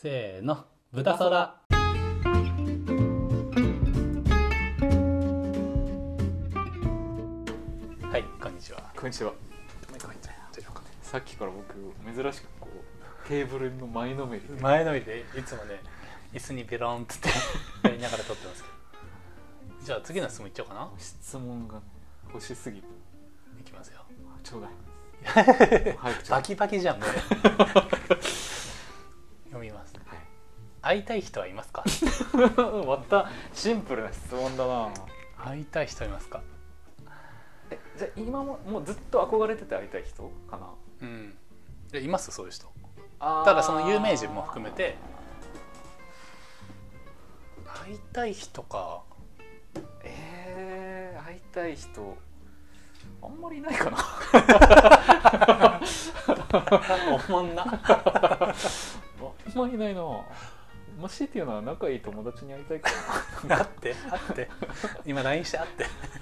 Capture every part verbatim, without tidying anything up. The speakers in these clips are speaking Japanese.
せーの、豚そら。はい、こんにちは。 こんにちは。さっきから僕珍しくこうテーブルの前のめりで前のめりでいつもね、椅子にベロンってやりながら撮ってますけど。じゃあ次の質問いっちゃおうかな。 質問が、ね、欲しすぎる。 いきますよ。 ちょうだい。 バキバキじゃんね。読みます、はい、会いたい人はいますか？ またシンプルな質問だな。 会いたい人いますか？ え、じゃあ今ももうずっと憧れてて会いたい人かな。 うん、います、そういう人。 あ、 ただその有名人も含めて会いたい人か。 えー、会いたい人あんまりいないかな。 おもんな。 あんまりいないな。もしっていうのは仲いい友達に会いたいかな。 会って会って今 ライン して会って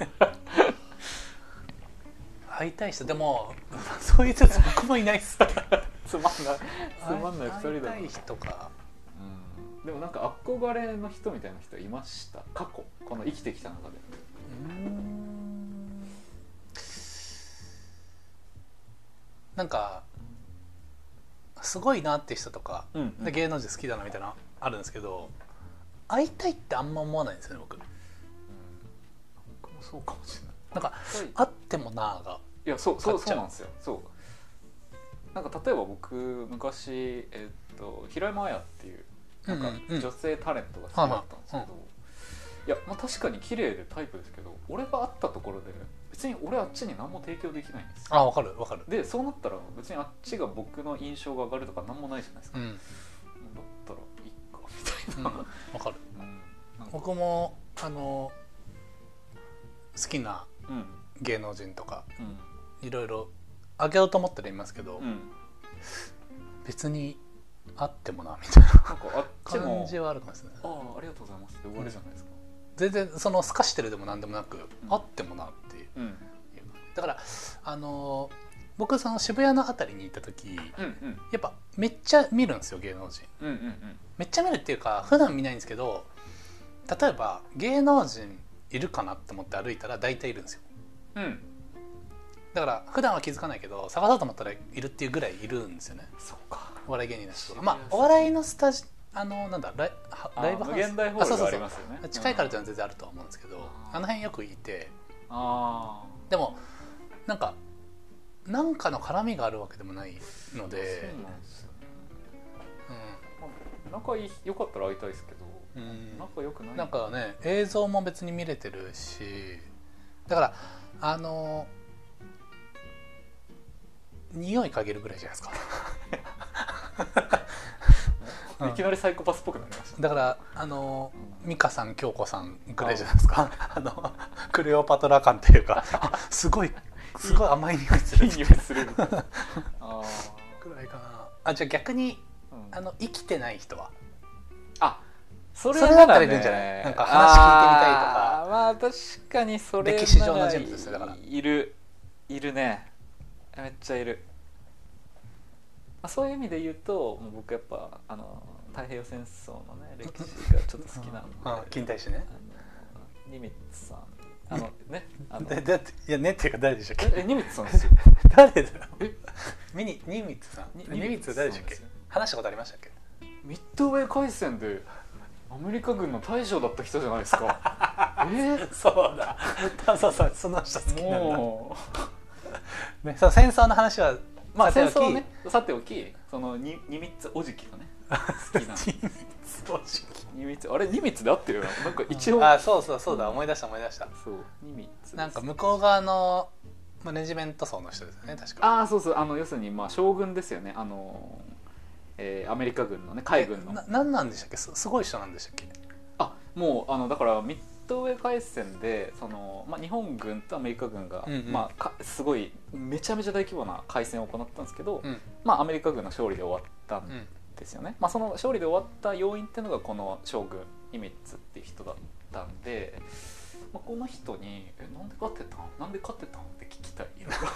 会いたい人。でもそういう人僕もいないっす。 つまんないつまんないふたりだな。 会いたい人か。 うん、でもなんか憧れの人みたいな人いました？過去この生きてきた中で。 うーん、なんかすごいなって人とか、うんうん、で芸能人好きだなみたいなあるんですけど、会いたいってあんま思わないんですよね僕。うん、 僕もそうかもしれない。 なんか会ってもなーが、 いや、そうそうそうなんですよ。そうなんか例えば僕昔、えー、っと平山綾っていうなんか女性タレントが好きだったんですけど、いや、まあ、確かに綺麗でタイプですけど、俺が会ったところで別に俺あっちに何も提供できないんですよ。 あ、分かる分かる。でそうなったら別にあっちが僕の印象が上がるとか何もないじゃないですか、うん、だったらいいかみたいな、うん、 分かる、うん、僕もあの好きな芸能人とか、うん、いろいろあげようと思ったら言いますけど、うん、別に会ってもなみたいな、なんかあっちも感じはあるかもしれない。 ああ、ありがとうございますって終わりじゃないですか、 うん、全然そのすかしてるでも何でもなく、うん、会ってもなっていう、うん、だからあの僕その渋谷のあたりに行った時、うんうん、やっぱめっちゃ見るんですよ芸能人、うんうんうん、めっちゃ見るっていうか普段見ないんですけど、例えば芸能人いるかなって思って歩いたら大体いるんですよ、うん、だから普段は気づかないけど探そうと思ったらいるっていうぐらいいるんですよね。そうか、お笑い芸人の人とか、まあお笑いのスタジあのなんだライ、ライブハウス、無限大ホールがありますよね。近いからっていうのは全然あるとは思うんですけど、あの辺よくいて、あでもなんかなんかの絡みがあるわけでもないので、そうなんですよね、 うん、仲いいよかったら会いたいですけど、うん、仲良くない。 なんかね映像も別に見れてるし、だからあの匂い嗅げるぐらいじゃないですか。 いきなりサイコパスっぽくなりました。 だからあの美香さん京子さんぐらいじゃないですか。あのクレオパトラ感っていうか、すごいすごい甘い匂いする。いい匂いする。あぐらいかな。あ、じゃあ逆に、うん、あの生きてない人は。 あ、それだったらいるんじゃない？なんか話聞いてみたいとか。 あ、まあ確かにそれ歴史上の人物ですよだから。 いるいるね。めっちゃいる。まあ、そういう意味で言うと、もう僕やっぱあの太平洋戦争のね歴史がちょっと好きなんで、 あ、近代史ね。 あのニミッツさん。あのね、あのだだっていやねっていうか誰でしたっけ？ え、ニミッツさんですよ。 誰だよ。ミニニミッツさん。ニミッツ誰でしたっけ？話したことありましたっけ？ ミッドウェー海戦でアメリカ軍の大将だった人じゃないですか。 えー、そうだ。そうそう、その人好きなんだ。もうね、その戦争の話はまあ戦争ね、さておき、そのニニミッツおじきがね好きな。ニミッツおじき。ニミッツ、あれニミッツで合ってるよな。なんか一応、うん、 あ、そうそうそうだ、思い出した思い出した。 そうニミッツ。 なんか向こう側のマネジメント層の人ですよね、確か。 ああ、そうそう、あの要するにまあ将軍ですよね。あの、えー、アメリカ軍のね、海軍の。 な、なんなんでしたっけ？す、すごい人なんでしたっけ？ あ、もうあのだからミッドウェー海戦でその、まあ、日本軍とアメリカ軍が、うんうん、まあ、かすごいめちゃめちゃ大規模な海戦を行ったんですけど、うん、まあ、アメリカ軍の勝利で終わったんですよね、うん、まあ、その勝利で終わった要因っていうのがこの将軍ニミッツっていう人だったんで、 まあ、この人に「えなんで勝ってたんなんで勝ってたん?」って聞きたい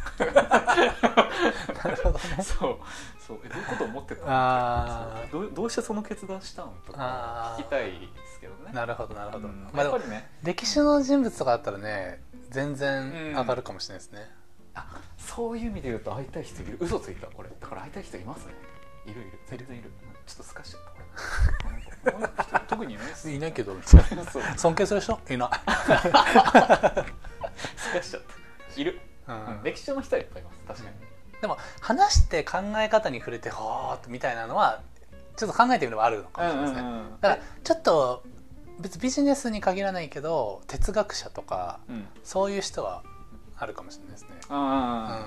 なるほどね。 そうそうえどういうこと思ってたあんどうどうしてその決断したんとか聞きたいですけどね。 なるほどなるほど、 うんまあ、 やっぱりね歴史の人物とかだったらね全然上がるかもしれないですね、 うん、あそういう意味で言うと会いたい人いる。嘘ついたこれだから会いたい人いますね。いるいる全然いる。ちょっとすかしちゃったこれ特にいないです。 いないけどみたいなそう尊敬する人いないすかしちゃったいる、 うんうん、歴史上の人はいっぱいいます確かに。 でも話して考え方に触れてほーっとみたいなのはちょっと考えてみればあるのかもしれないですね、うんうんうん、だからちょっと別にビジネスに限らないけど哲学者とか、うん、そういう人はあるかもしれないですね、うん、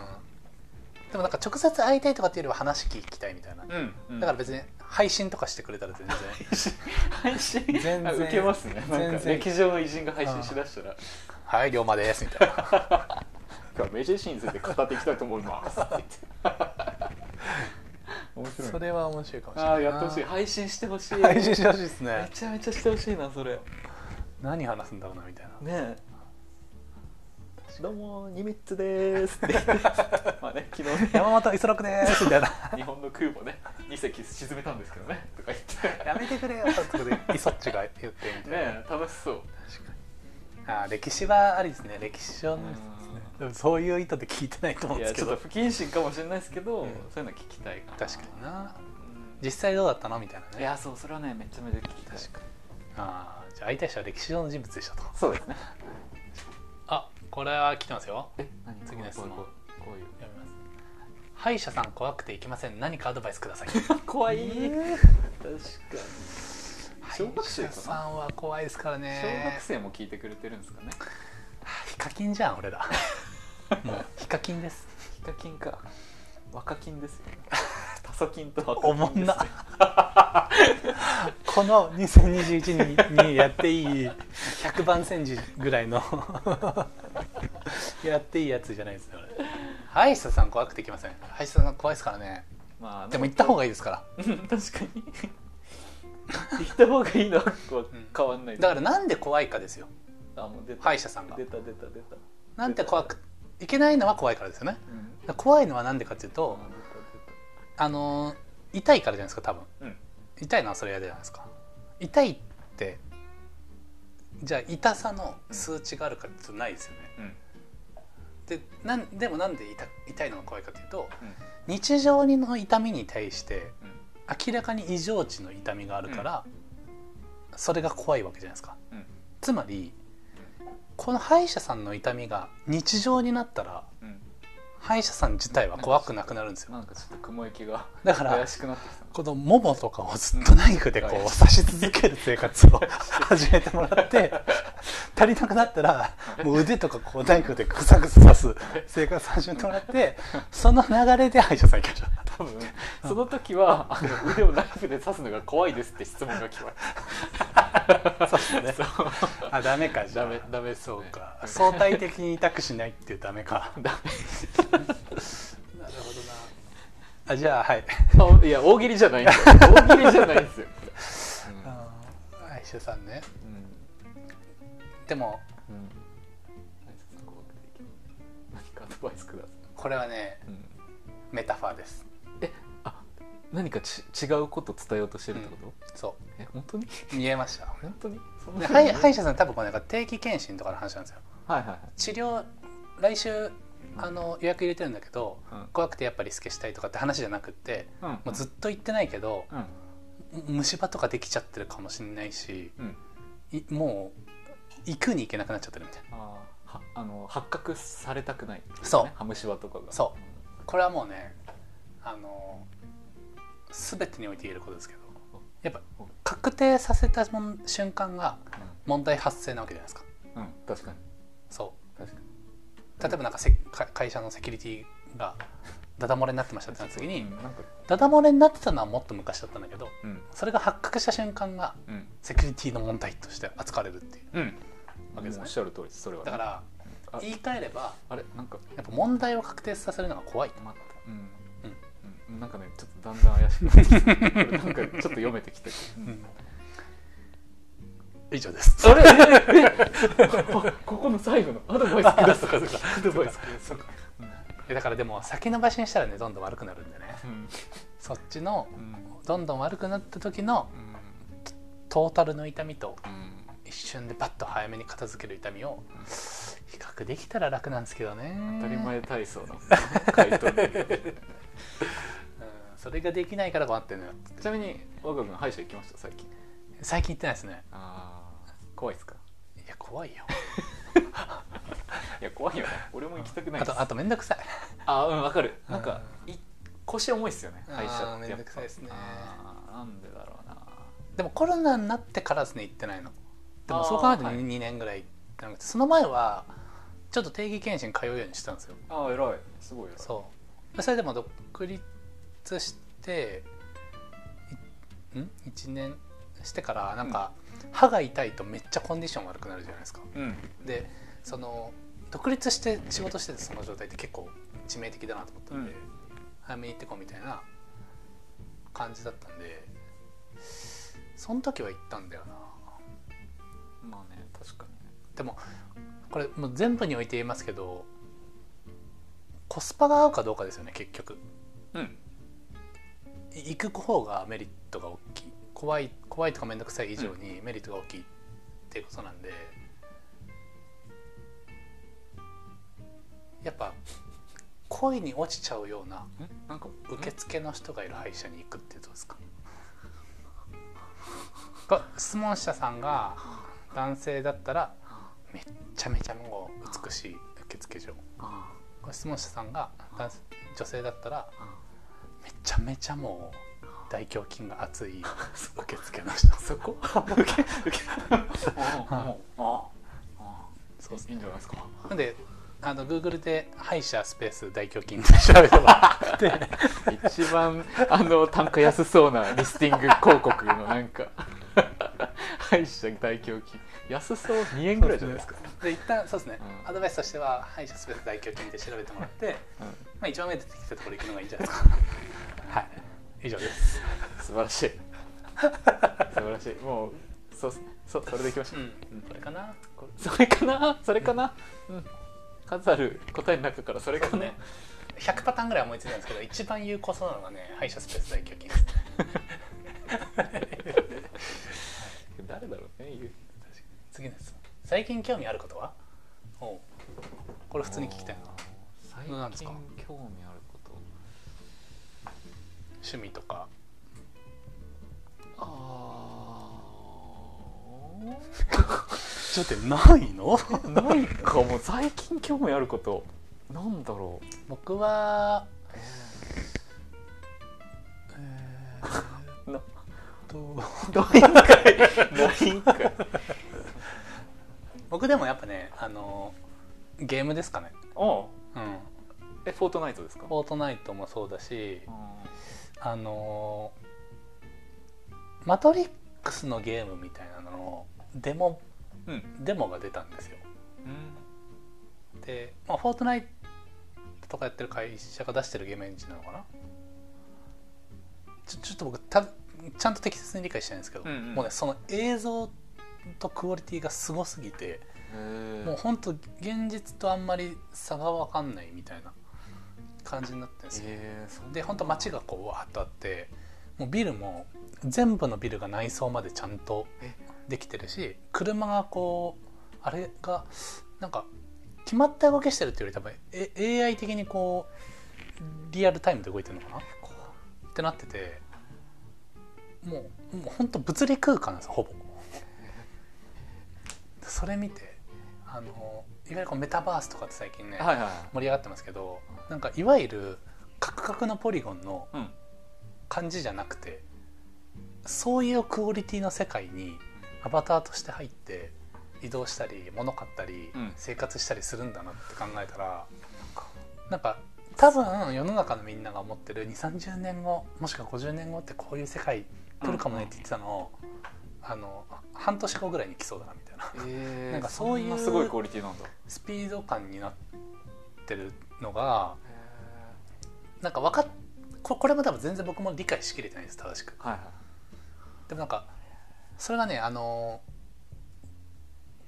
でもなんか直接会いたいとかっていうよりは話聞きたいみたいな、うんうん、だから別に配信とかしてくれたら全然配信全然受けますね。なんか歴史上の偉人が配信しだしたら 「はい龍馬です」みたいな今日は明治維新について語っていきたいと思いますって言って面白い。それは面白いかもしれない。ああやってほしい。配信してほしい。 配信してほしいですね。 めちゃめちゃしてほしいなそれ。 何話すんだろうなみたいな。 ねえ。どうもニミッツですってまあね昨日ね山本五十六ですみたいな日本の空母ねにせき沈めたんですけどねとか言ってやめてくれよとかでイソッチが言ってみたいな。 ねえ楽しそう。 確かに。あ歴史はありですね。歴史上のですね。でもそういう意図で聞いてないと思うんですけど。 いやちょっと不謹慎かもしれないですけど、うん、そういうの聞きたいかな。 確かにな。実際どうだったのみたいなね。 いやそうそれはねめちゃめちゃ聞きたい。確かに。 ああじゃあ会いたい人は歴史上の人物でしたと。 そうですね。 あこれは来てますよ。 え何次の質問。こういう読みます。歯医者さん怖くていけません。何かアドバイスください。 怖い。確かに。 小学生さんは怖いですからね。 小学生も聞いてくれてるんですかね。 ヒカキンじゃん俺ら。もうヒカキンです。 ヒカキンか。若金ですよ。タソ金と若金です、ね。おもんな。このにせんにじゅういちねんにやっていいひゃくばん煎じぐらいのやっていいやつじゃないですよ。歯医者さん怖くていけません。歯医者さん怖いですからね。まあ、でも行った方がいいですから。 確かに。行った方がいいのは変わんない、 うん、だからなんで怖いかですよ。 あもう出た歯医者さんが出た出た出たなんて怖くいけないのは怖いからですよね、うん、怖いのはなんでかっていうとあの痛いからじゃないですか多分、うん、痛いのはそれ嫌じゃないですか。痛いってじゃあ痛さの数値があるかっていうとないですよね、うん、で, なんでもなんで 痛, 痛いのが怖いかというと、うん、日常の痛みに対して、うん、明らかに異常値の痛みがあるから、うん、それが怖いわけじゃないですか、うん、つまりこの歯医者さんの痛みが日常になったら、うん、歯医者さん自体は怖くなくなるんですよ。 なんかちょっと雲行きがだから怪しくなってきた。 このももとかをずっとナイフでこう刺し続ける生活を始めてもらって足りなくなったらもう腕とかこうナイフでグサグサ刺す生活を始めてもらってその流れで歯医者さん行きましょう。 多分その時はあの腕をナイフで刺すのが怖いですって質問が来ます。 そうですね。あダメかじゃあ。ダメダメそうか。相対的に痛くしないっていうダメか。ダメ。なるほどな。あじゃあはいいや大喜利じゃないんですよ。大喜利じゃないんですよ。 歯医者さんね、うん、でも、うん、 何かアドバイスください。 これはね、うん、メタファーです。 えあ何かち違うこと伝えようとしてるってこと、うん、 そうえ本当に見えました。 本当にそんな歯医者さん多分これなんか定期検診とかの話なんですよ。 はいはいはい、 治療来週あの予約入れてるんだけど、うん、怖くてやっぱりリスケしたいとかって話じゃなくって、うん、もうずっと行ってないけど、うん、虫歯とかできちゃってるかもしれないし、うん、いもう行くに行けなくなっちゃってるみたいな。 あはあの発覚されたくない、ね、 そう歯虫歯とかがそうこれはもうねあの全てにおいて言えることですけどやっぱ確定させた瞬間が問題発生なわけじゃないですか。 うん、確かにそう確かに例えばなんかせ会社のセキュリティがダダ漏れになってましたってなった時に、うん、なんかダダ漏れになってたのはもっと昔だったんだけど、うん、それが発覚した瞬間が、うん、セキュリティの問題として扱われるっていう、うん、わけですね。 おっしゃる通りです。それは、ね、 だから言い換えればあれなんかやっぱ問題を確定させるのが怖い。 また、うんうん、なんかねちょっとだんだん怪しくなってきてなんかちょっと読めてきて、うん、 以上です。 あれえここの最後のアドバイスください。アドバイスください。 だからでも先延ばしにしたらねどんどん悪くなるんでね、うん、そっちの、うん、どんどん悪くなった時の、うん、トータルの痛みと、うん、一瞬でバッと早めに片付ける痛みを、うん、比較できたら楽なんですけどね。 当たり前体操の回答で、 うん、それができないから困ってんのよ。 ちなみに若君歯医者行きました最近？ 最近行ってないですね。 あ怖いですか？ いや怖いよいや怖いよね。俺も行きたくないです。 あとあとめんどくさい。 あうんわかる。なんかい腰重いっすよね歯医者って。 めんどくさいですね。 なんでだろうな。 でもコロナになってからですね行ってないの。でもそう考えるとにねんぐらい行ってなくて、その前はちょっと定期検診通うようにしてたんですよ。 ああ偉い、すごい偉い。 そうそれでも独立してんいちねんしてからなんか、うん、歯が痛いとめっちゃコンディション悪くなるじゃないですか、うん、でその独立して仕事しててその状態って結構致命的だなと思ったんで、うん、早めに行ってこうみたいな感じだったんで、その時は行ったんだよな。 まあね確かに。 でもこれもう全部において言いますけど、コスパが合うかどうかですよね結局。うん。行く方がメリットが大きい。怖い怖いとかめんどくさい以上にメリットが大きいっていうことなんで、やっぱ恋に落ちちゃうようななんか受付の人がいる歯医者に行くってどうですか？質問者さんが男性だったらめっちゃめちゃもう美しい受付嬢、質問者さんが女性だったらめちゃめちゃもう大胸筋が厚い受付の人そこ受け受けあああそういいんじゃないですか。 なんであの Google で歯医者スペース大胸筋って調べれば一番あの単価安そうなリスティング広告のなんか歯医者大胸筋安そうにえんぐらいじゃないですか。 で一旦そうですね、うん、アドバイスとしては歯医者スペース大胸筋で調べてもらって、うんまあ、一番目出てきたところ行くのがいいんじゃないですかはい以上です。 素晴らしい素晴らしい。もうそうそうそれでいきましょう、うん、 それかなそれかなそれかな、うん、数ある答えの中からそれかね。 ひゃくパターンぐらい思いついたんですけど一番有効そうなのがね歯医者スペース大胸筋です誰だろうね。 次の質問。最近興味あることは？おこれ普通に聞きたいな。 最近興味あること、 趣味とか。 あちょっとないの？ ないかも。最近興味あることなんだろう。 僕は、えーえー、などういんかいないんかい僕でもやっぱねあのゲームですかね。 ああ、うん、えフォートナイトですか？ フォートナイトもそうだし、あのマトリックスのゲームみたいなののデモ、うん、デモが出たんですよ、うん、で、まあ、フォートナイトとかやってる会社が出してるゲームエンジンなのかな。ちょ、ちょっと僕たちゃんと適切に理解してないんですけど、うんうん、もうねその映像とクオリティがすごすぎてもうほんと現実とあんまり差が分かんないみたいな感じになってるんですよ。でほんと街がこうわーっとあってもうビルも全部のビルが内装までちゃんとできてるし車がこうあれがなんか決まった動きしてるっていうより多分 エーアイ 的にこうリアルタイムで動いてるのかなってなっててもう、もうほんと物理空間なんですよほぼ。それ見てあのいわゆるこうメタバースとかって最近ね、はいはいはい、盛り上がってますけどなんかいわゆるカクカクのポリゴンの感じじゃなくて、うん、そういうクオリティの世界にアバターとして入って移動したり物買ったり、うん、生活したりするんだなって考えたらなんか多分世の中のみんなが思ってるにじゅうさんじゅうねんごもしくはごじゅうねんごってこういう世界来るかもねって言ってたのを、うん、あの半年後ぐらいに来そうだなみたいな、えー、なんかそういうすごいクオリティなんだスピード感になってるのがなんか分かっこれも多分全然僕も理解しきれてないです正しく、はいはい、でもなんかそれがねあの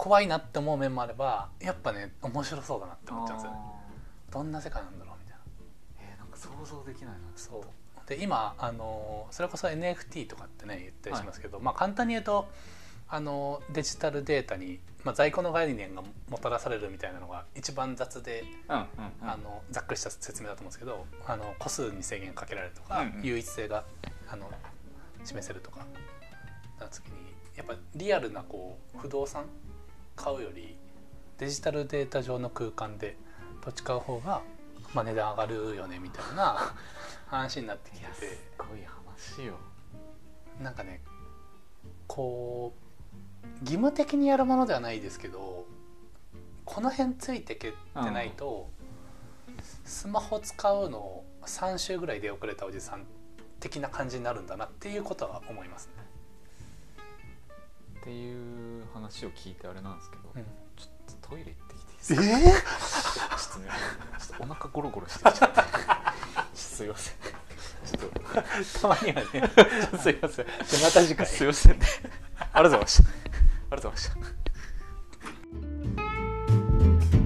怖いなって思う面もあればやっぱね面白そうだなって思っちゃうんですよね。どんな世界なんだろうみたいな。 えー、なんか想像できないな。 そうで今あのそれこそ エヌエフティー とかってね言ったりしますけど、はい、まあ簡単に言うとあのデジタルデータに、まあ、在庫の概念がもたらされるみたいなのが一番雑で、うんうんうん、あのざっくりした説明だと思うんですけど、あの個数に制限かけられるとか、うんうん、唯一性があの示せるとかな次にやっぱりリアルなこう不動産買うよりデジタルデータ上の空間で土地買う方が、まあ、値段上がるよねみたいな話になってきてて、 すごい話よ。 なんかねこう義務的にやるものではないですけどこの辺ついてけってないと、うん、スマホ使うのさん週ぐらい出遅れたおじさん的な感じになるんだなっていうことは思いますね。 っていう話を聞いてあれなんですけど、うん、ちょっとトイレ行ってきていいですか？えー、 ちょっとね、ちょっとお腹ゴロゴロしてきちゃってすいませんちょっとたまにはねすいませんじゃまた次回すいませんねありがとうございましたありがとうございました。